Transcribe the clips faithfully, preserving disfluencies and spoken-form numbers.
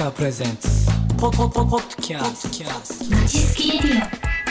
川プレゼンツポポポポッドキャストまちすきレディ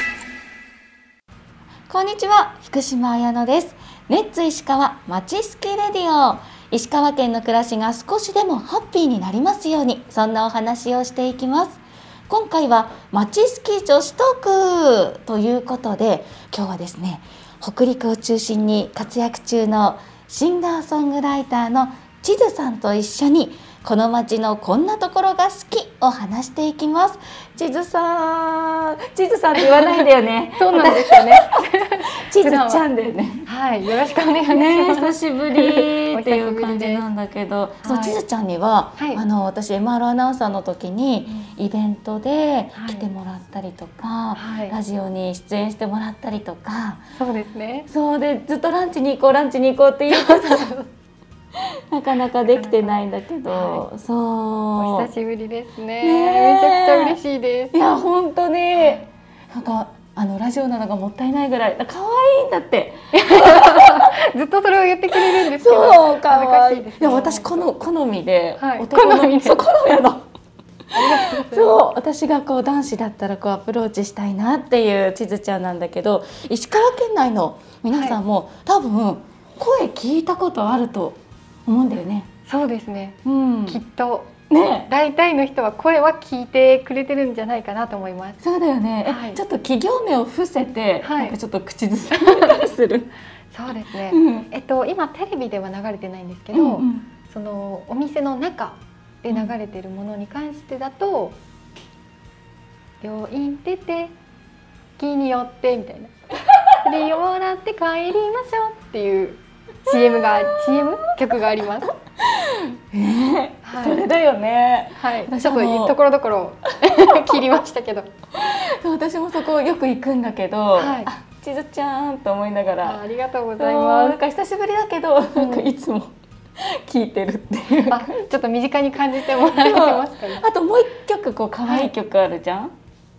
オ。こんにちは、福島彩乃です。レッツ石川まちすきレディオ。石川県の暮らしが少しでもハッピーになりますように、そんなお話をしていきます。今回はまちすき女子トークということで、今日はですね、北陸を中心に活躍中のシンガーソングライターのちずさんと一緒に、この町のこんなところが好きを話していきます。ちずさん、ちずさんって言わないんだよね。 そうなんですよね。 ちずちゃんだよね。 はい、よろしくお願いします。 ね、久しぶりっていう感じなんだけど、そのちずちゃんには、はい、あの私 エムアール アナウンサーの時にイベントで来てもらったりとか、はい、ラジオに出演してもらったりとか、 そうですね。 そうでずっとランチに行こうランチに行こうって言ってた。なかなかできてないんだけど、はい、そうお久しぶりですね。ね、めちゃくちゃ嬉しいです。 いや本当に、なんかあのラジオなのがもったいないぐらい可愛いんだって。 ずっとそれを言ってくれるんですけど、 そう可愛いです、ね。いや私この好みで、はい、男の好みでそう好みやの。そう私がこう男子だったらこうアプローチしたいなっていうちずちゃんなんだけど、石川県内の皆さんも、はい、多分声聞いたことあると思うんだよね。 そうですね、うん、きっとね、 大体の人は声は聞いてくれてるんじゃないかなと思います。 そうだよね、はい、ちょっと企業名を伏せて、はい、なんかちょっと口ずさみする。 そうですね、うん、えっと今テレビでは流れてないんですけど、うんうん、そのお店の中で流れてるものに関してだと、うん、病院出て気によってみたいなそれをもらって帰りましょうっていうシーエム が シーエム 曲があります。 えーはい、それだよね。 はい。ちょっとところどころ切りましたけど。 私もそこよく行くんだけど、はい、あ、ちずちゃんと思いながら。 あ、ありがとうございます。 なんか久しぶりだけど、なんかいつも聞いてるっていう。 あ、ちょっと身近に感じてもらえてますかね。 あともう一曲こう可愛い曲あるじゃん。はい、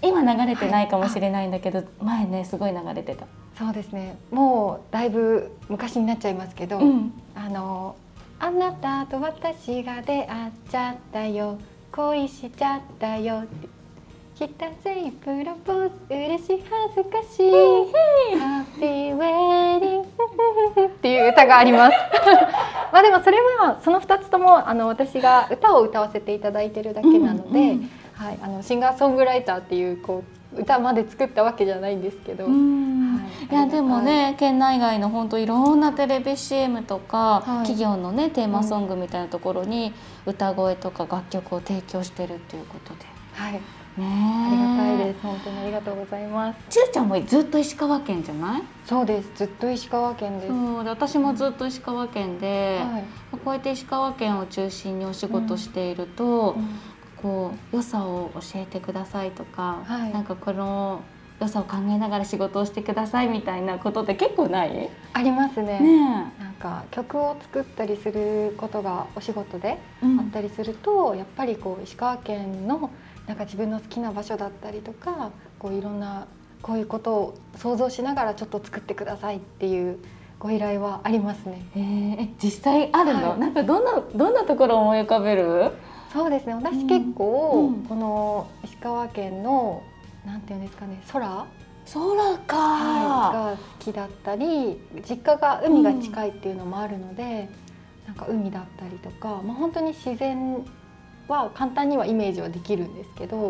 今流れてないかもしれないんだけど、はい、前ねすごい流れてた。 そうですね、もうだいぶ昔になっちゃいますけど、うん、あのあなたと私が出会っちゃったよ恋しちゃったよ来たぜプロポーズ嬉しい恥ずかしいハッピーウェディングっていう歌があります。まあでもそれはそのふたつともあの私が歌を歌わせていただいてるだけなので、うんうん、はい、あのシンガーソングライターっていうこう歌まで作ったわけじゃないんですけど、はい、 いやでもね県内外の本当いろんなテレビ シーエム とか、はい、企業のねテーマソングみたいなところに歌声とか楽曲を提供してるっていうことで、 はい、ね、 ありがたいです。本当にありがとうございます。 ちゅうちゃんもずっと石川県じゃない？ そうです、ずっと石川県です。 そうで私もずっと石川県で、はい、こうやって石川県を中心にお仕事していると、うんうん、こう良さを教えてくださいとか、はい、なんかこの良さを考えながら仕事をしてくださいみたいなことって結構ない？ ありますね。ね、なんか曲を作ったりすることがお仕事であったりすると、うん、やっぱりこう石川県のなんか自分の好きな場所だったりとか、こういろんなこういうことを想像しながらちょっと作ってくださいっていうご依頼はありますね。 えー、実際あるの？はい、なんかどんなどんなところを思い浮かべる？ そうですね、私結構、うん、この石川県のなんていうんですかね、空空か、 はい、が好きだったり、実家が海が近いっていうのもあるので、うん、なんか海だったりとか、まあ、本当に自然は簡単にはイメージはできるんですけど、うん、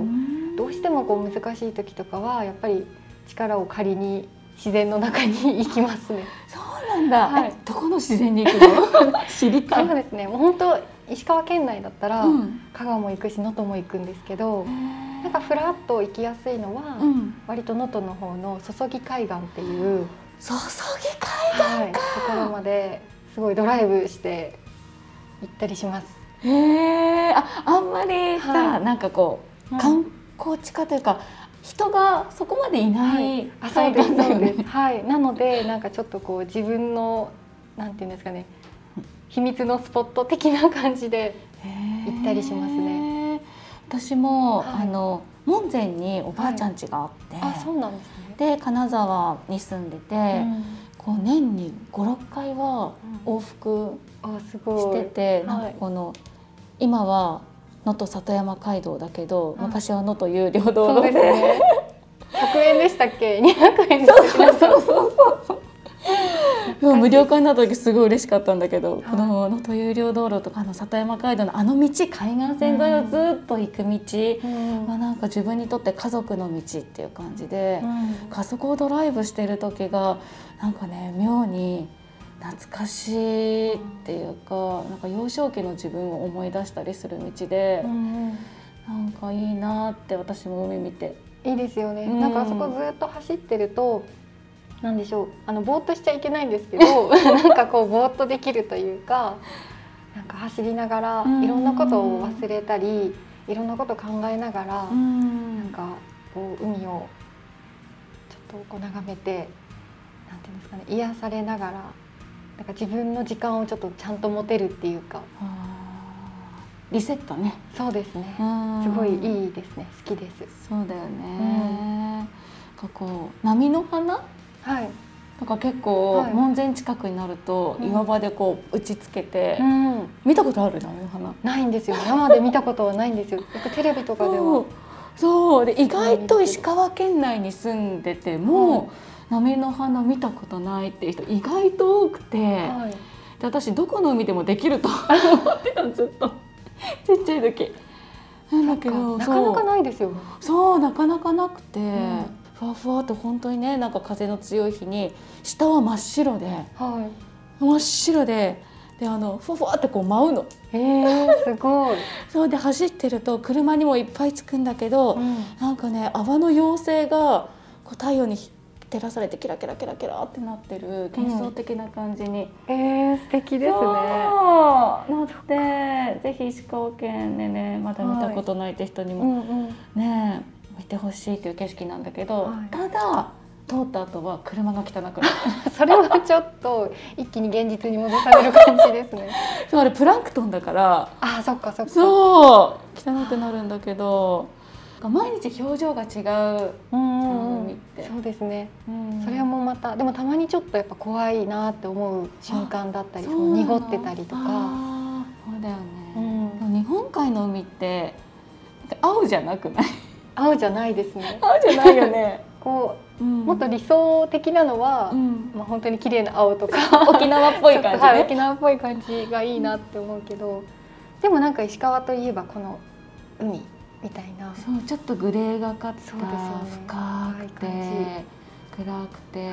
どうしてもこう難しい時とかはやっぱり力を借りに自然の中に行きますね。 そうなんだ、はい、どこの自然に行くの？知りたい。 そうですね、もう本当石川県内だったら、うん、香川も行くし能登も行くんですけど、なんかふらっと行きやすいのは、うん、割と能登の方の曽々木海岸っていう曽々木海岸か、はい、 ところまですごいドライブして行ったりします。 へえ、あ、あんまりさ、はい、なんかこう、うん、観光地化というか人がそこまでいない海岸だよね。 はい、なのでなんかちょっとこう自分のなんていうんですかね、秘密のスポット的な感じで行ったりしますね。 私も、はい、あの門前におばあちゃん家があって、 はい、あ、そうなんですね。で金沢に住んでて、うん、こう年にご、ろっかいは往復してて、うん、なんかこの今は能登里山街道だけど、 はい、 昔は能登有料道路で、 そうですね、ひゃくえんでしたっけ、にひゃくえんでしたっけ、 そうそうそうそうそうそう無料化になった時すごい嬉しかったんだけど、はい、この能登有料道路とかあの里山街道のあの道、海岸線沿いをずっと行く道、うんまあ、なんか自分にとって家族の道っていう感じで、うん、あそこをドライブしてる時がなんかね妙に懐かしいっていうか、なんか幼少期の自分を思い出したりする道で、うん、なんかいいなって私も海見ていいですよね、うん、なんかあそこずっと走ってるとなんでしょう、あのぼーっとしちゃいけないんですけどなんかこうぼーっとできるというか、なんか走りながらいろんなことを忘れたりいろんなことを考えながら、なんかこう海をちょっとこう眺めて、なんていうんですかね、癒されながらなんか自分の時間をちょっとちゃんと持てるっていうか、 リセットね。 そうですね、すごいいいですね、好きです。 そうだよね、うん、こう波の花、はい、なんか結構門前近くになると岩場でこう打ちつけて、うん、見たことある？波の花ないんですよ、生で見たことはないんですよ。よくテレビとかでは。 そうで、意外と石川県内に住んでても、うん波の花見たことないっていう人意外と多くて、はい、で私どこの海でもできると思ってたずっとちっちゃい時なんだけど、 なかなかないですよね。 そうなかなかなくて、うん、ふわふわと本当にね、なんか風の強い日に下は真っ白で、はい、真っ白でであのふわふわってこう舞うの。 へー、すごい。 そうで走ってると車にもいっぱいつくんだけど、うん、なんかね泡の妖精がこう太陽に照らされてキラキラキラキラってなってる幻想的な感じに、 うん、えー、素敵ですね。 なってぜひ石川県でねまだ見たことないって人にも、はいうんうん、ね見てほしいという景色なんだけど、はい、ただ通った後は車が汚くなるそれはちょっと一気に現実に戻される感じですね。 そうあれプランクトンだから、 あそっかそっか、 そう汚くなるんだけど毎日表情が違う海って、そうですね、うん、それはもうまたでもたまにちょっとやっぱ怖いなって思う瞬間だったり、その濁ってたりとか。 あそうだよね、うん、日本海の海って青じゃなくない？ 青じゃないですね。 青じゃないよねこう、うん、もっと理想的なのは、うんまあ、本当に綺麗な青とか沖縄っぽい感じね、 はい、沖縄っぽい感じがいいなって思うけど、でもなんか石川といえばこの海みたいな、 そうちょっとグレーがかった、ね、深くて暗くて、はい、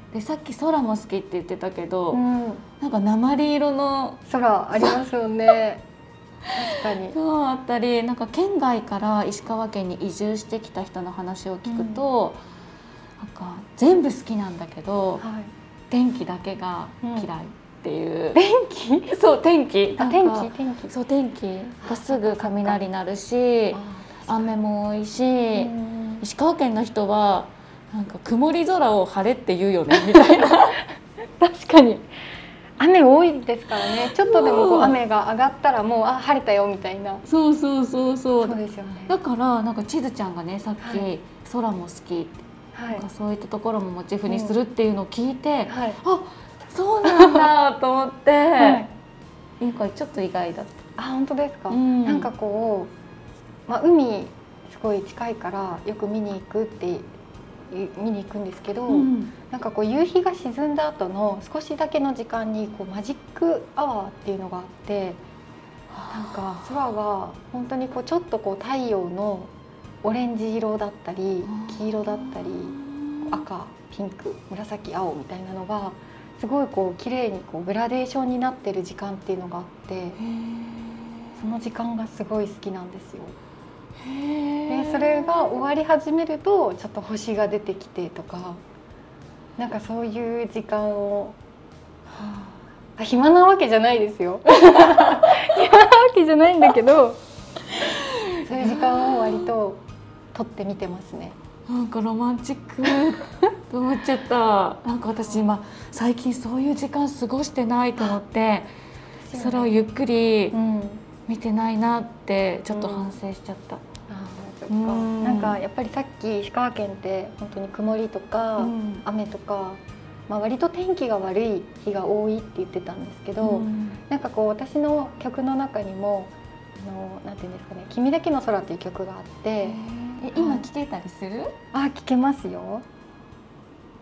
でさっき空も好きって言ってたけど、うん、なんか鉛色の空ありますよね。確かにそうあったり、なんか県外から石川県に移住してきた人の話を聞くと、うん、なんか全部好きなんだけど、はい、天気だけが嫌いっていう、うん、 天気そう天気あ天気天気そう天気がすぐ雷鳴るし雨も多いし、うん、石川県の人はなんか曇り空を晴れって言うよねみたいな確かに雨多いですからね。ちょっとでもこう雨が上がったらもうあ晴れたよみたいな。 そうそうそうそうそうですよね。 だからなんかちずちゃんがねさっき、はい、空も好き、はい、なんかそういったところもモチーフにするっていうのを聞いて、うんはい、あそうなんだと思って、はい、今ちょっと意外だった。 あ本当ですか、うん、なんかこう、まあ、海すごい近いからよく見に行くって見に行くんですけど、うん、なんかこう夕日が沈んだ後の少しだけの時間にこうマジックアワーっていうのがあって、なんか空が本当にこうちょっとこう太陽のオレンジ色だったり黄色だったり赤ピンク紫青みたいなのがすごいこう綺麗にこうグラデーションになってる時間っていうのがあって、その時間がすごい好きなんですよ。でそれが終わり始めるとちょっと星が出てきてとか、なんかそういう時間を、はあ、暇なわけじゃないですよ暇なわけじゃないんだけどそういう時間を割と取ってみてますね。 なんかロマンチックと思っちゃった。なんか私今最近そういう時間過ごしてないと思って空をゆっくり見てないなってちょっと反省しちゃった。 うん、なんかやっぱりさっき石川県って本当に曇りとか雨とか、まあ、割と天気が悪い日が多いって言ってたんですけど、うん、なんかこう私の曲の中にもあのなんていうんですかね、君だけの空っていう曲があって、 え今聴けたりする？ あ、聴けますよ。 うん、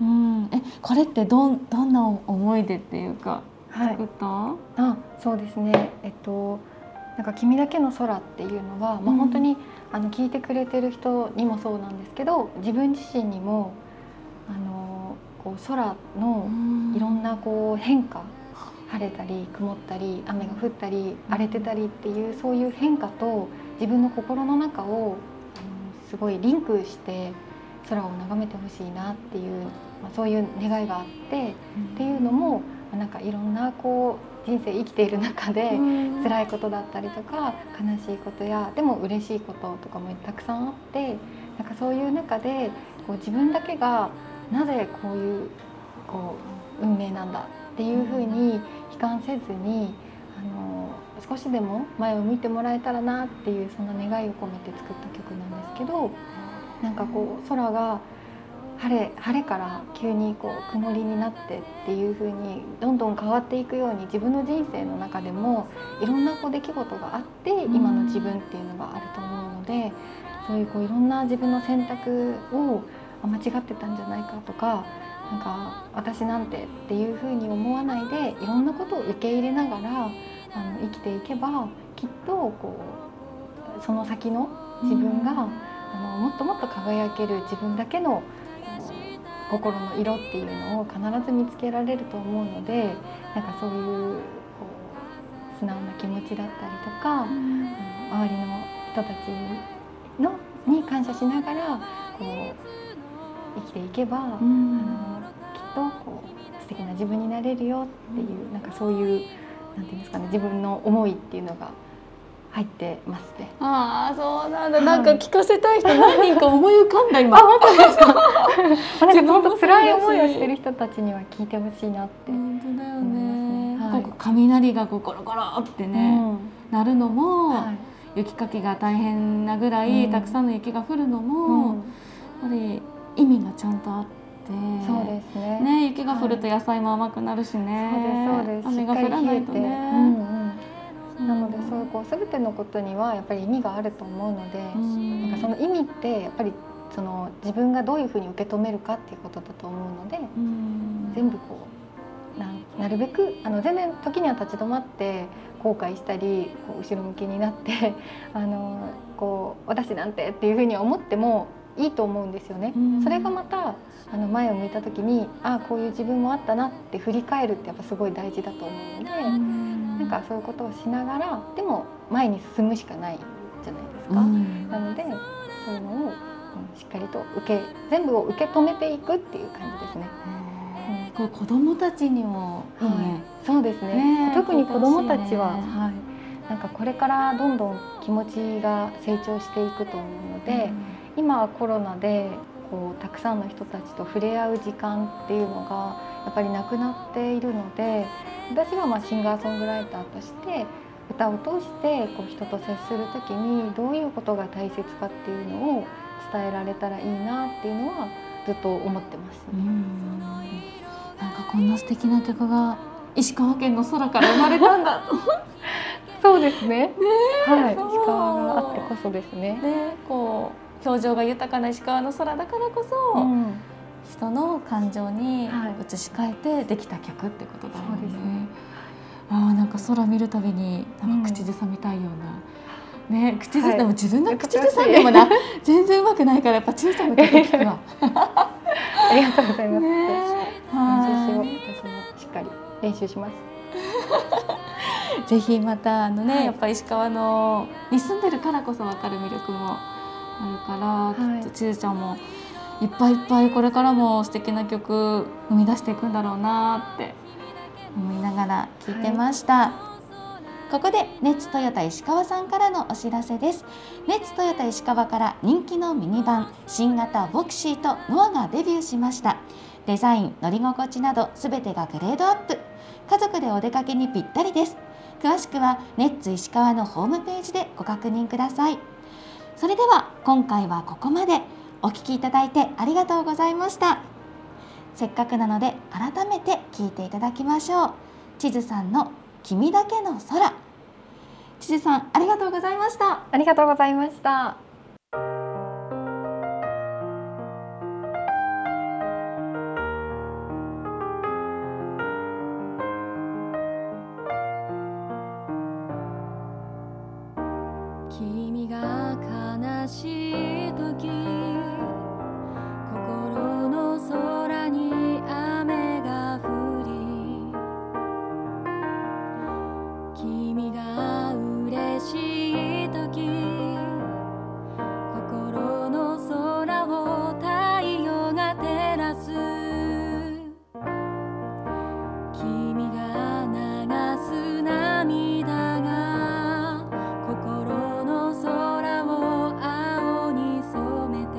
えこれってどんどんな思い出っていうか作った？ はい、あ、そうですね。えっとなんか君だけの空っていうのは、まあ、本当にあの聞いてくれてる人にもそうなんですけど、自分自身にもあのこう空のいろんなこう変化、晴れたり曇ったり雨が降ったり荒れてたりっていうそういう変化と自分の心の中をあのすごいリンクして空を眺めてほしいなっていう、まあ、そういう願いがあって、っていうのもなんかいろんなこう人生生きている中で辛いことだったりとか悲しいことやでも嬉しいこととかもたくさんあって、なんかそういう中でこう自分だけがなぜこういうこう運命なんだっていうふうに悲観せずに、あの少しでも前を向いてもらえたらなっていうそんな願いを込めて作った曲なんですけど、なんかこう空が晴れ晴れから急にこう曇りになってっていう風にどんどん変わっていくように、自分の人生の中でもいろんなこう出来事があって今の自分っていうのがあると思うので、そういうこういろんな自分の選択を間違ってたんじゃないかとか、なんか私なんてっていう風に思わないでいろんなことを受け入れながらあの生きていけば、きっとこうその先の自分があのもっともっと輝ける自分だけの心の色っていうのを必ず見つけられると思うので、なんかそういうこう素直な気持ちだったりとか、うん、周りの人たちのに感謝しながらこう生きていけば、うん、あのきっとこう素敵な自分になれるよっていう、なんかそういうなんていうんですかね、自分の思いっていうのが入ってますね。 ああ、そうなんだ。なんか聞かせたい人何人か思い浮かんだ今。 あ、本当ですか。なんか本当辛い思いをしてる人たちには聞いてほしいなって。 本当だよね。はい、ここ雷がこうゴロゴロってね、うん、なるのも、はい、雪かきが大変なぐらい、うん、たくさんの雪が降るのも、うん、やっぱり意味がちゃんとあって。 そうですね。 ね、雪が降ると野菜も甘くなるしね。 はい、そうです、そうです。 雨が降らないとね。 うんうん、なのでそういうこう全てのことにはやっぱり意味があると思うので、なんかその意味ってやっぱりその自分がどういうふうに受け止めるかっていうことだと思うので、全部こう な, なるべくあの全然時には立ち止まって後悔したりこう後ろ向きになってあのこう私なんてっていうふうに思ってもいいと思うんですよね。それがまたあの前を向いた時に、ああこういう自分もあったなって振り返るってやっぱすごい大事だと思うので、なんかそういうことをしながらでも前に進むしかないじゃないですか。なのでそういうのを、うん、しっかりと受け全部を受け止めていくっていう感じですね。 うん、これ子どもたちにもいいね。はい、 そうですね。ね、特に子どもたちは、はい、なんかこれからどんどん気持ちが成長していくと思うので、うん、今はコロナでこうたくさんの人たちと触れ合う時間っていうのがやっぱりなくなっているので、私はまあシンガーソングライターとして歌を通してこう人と接する時にどういうことが大切かっていうのを伝えられたらいいなっていうのはずっと思ってます、ね。うん、 なんかこんな素敵な曲が石川県の空から生まれたんだとそうですね。はい、石川があってこそですね。 ね、こう表情が豊かな石川の空だからこそ、うん、人の感情に移し替えてできた曲ってことだもんね。そうですね。ああ、なんか空見るたびになんか口ずさみたいような、うん、ね、口ず、はい、でも自分が口ずさんでもな全然うまくないからやっぱ小さな曲聞くわありがとうございます、ね、練習しよう。私もしっかり練習しますぜひまたあのね、はい、やっぱ石川のに住んでるからこそ分かる魅力もあるから、はい、きっとちずちゃんもいっぱいいっぱいこれからも素敵な曲生み出していくんだろうなって思いながら聞いてました、はい、ここでネッツトヨタ石川さんからのお知らせです。ネッツトヨタ石川から人気のミニバン新型ボクシーとノアがデビューしました。デザイン、乗り心地などすべてがグレードアップ。家族でお出かけにぴったりです。詳しくはネッツ石川のホームページでご確認ください。それでは今回はここまで。お聞きいただいてありがとうございました。せっかくなので改めて聞いていただきましょう。ちずさんの君だけの空。 ちじさん、ありがとうございました。 ありがとうございました。 君が悲しい時、心の空に雨が降り、君が嬉しい時、心の空を太陽が照らす。君が流す涙が心の空を青に染めて、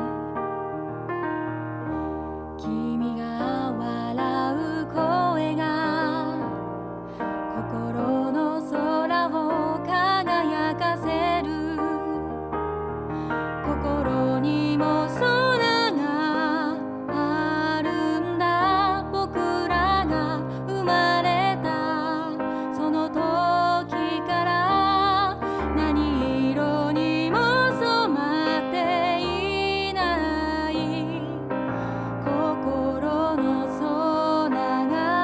君が笑う声が心の空を輝かせる。心にも空があるんだ。僕らが生まれたその時から何色にも染まっていない心の空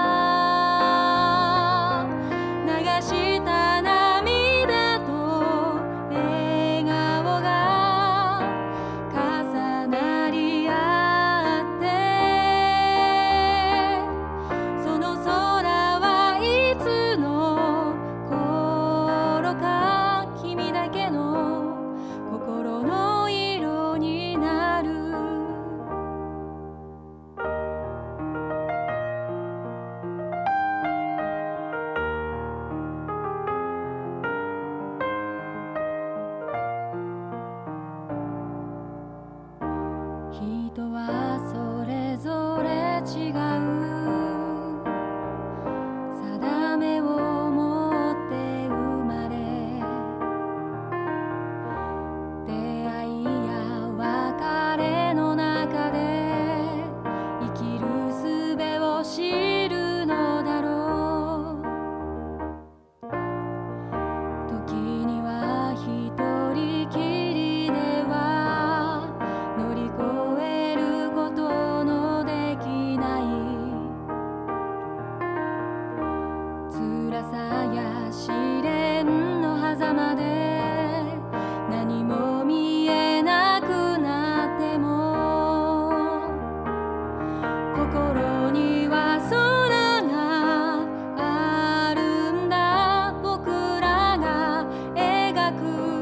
が、流した涙と笑顔が重なり合って、その空はいつの頃か君だけの心の色になる。人はそれぞれ違う定めを持って生まれ、出会いや別れの中で生きる術を知るのだろう。時には一人きりでは乗り越えることのできない辛さや試練の狭間で何も見えなくなっても、心には空があるんだ。僕らが描く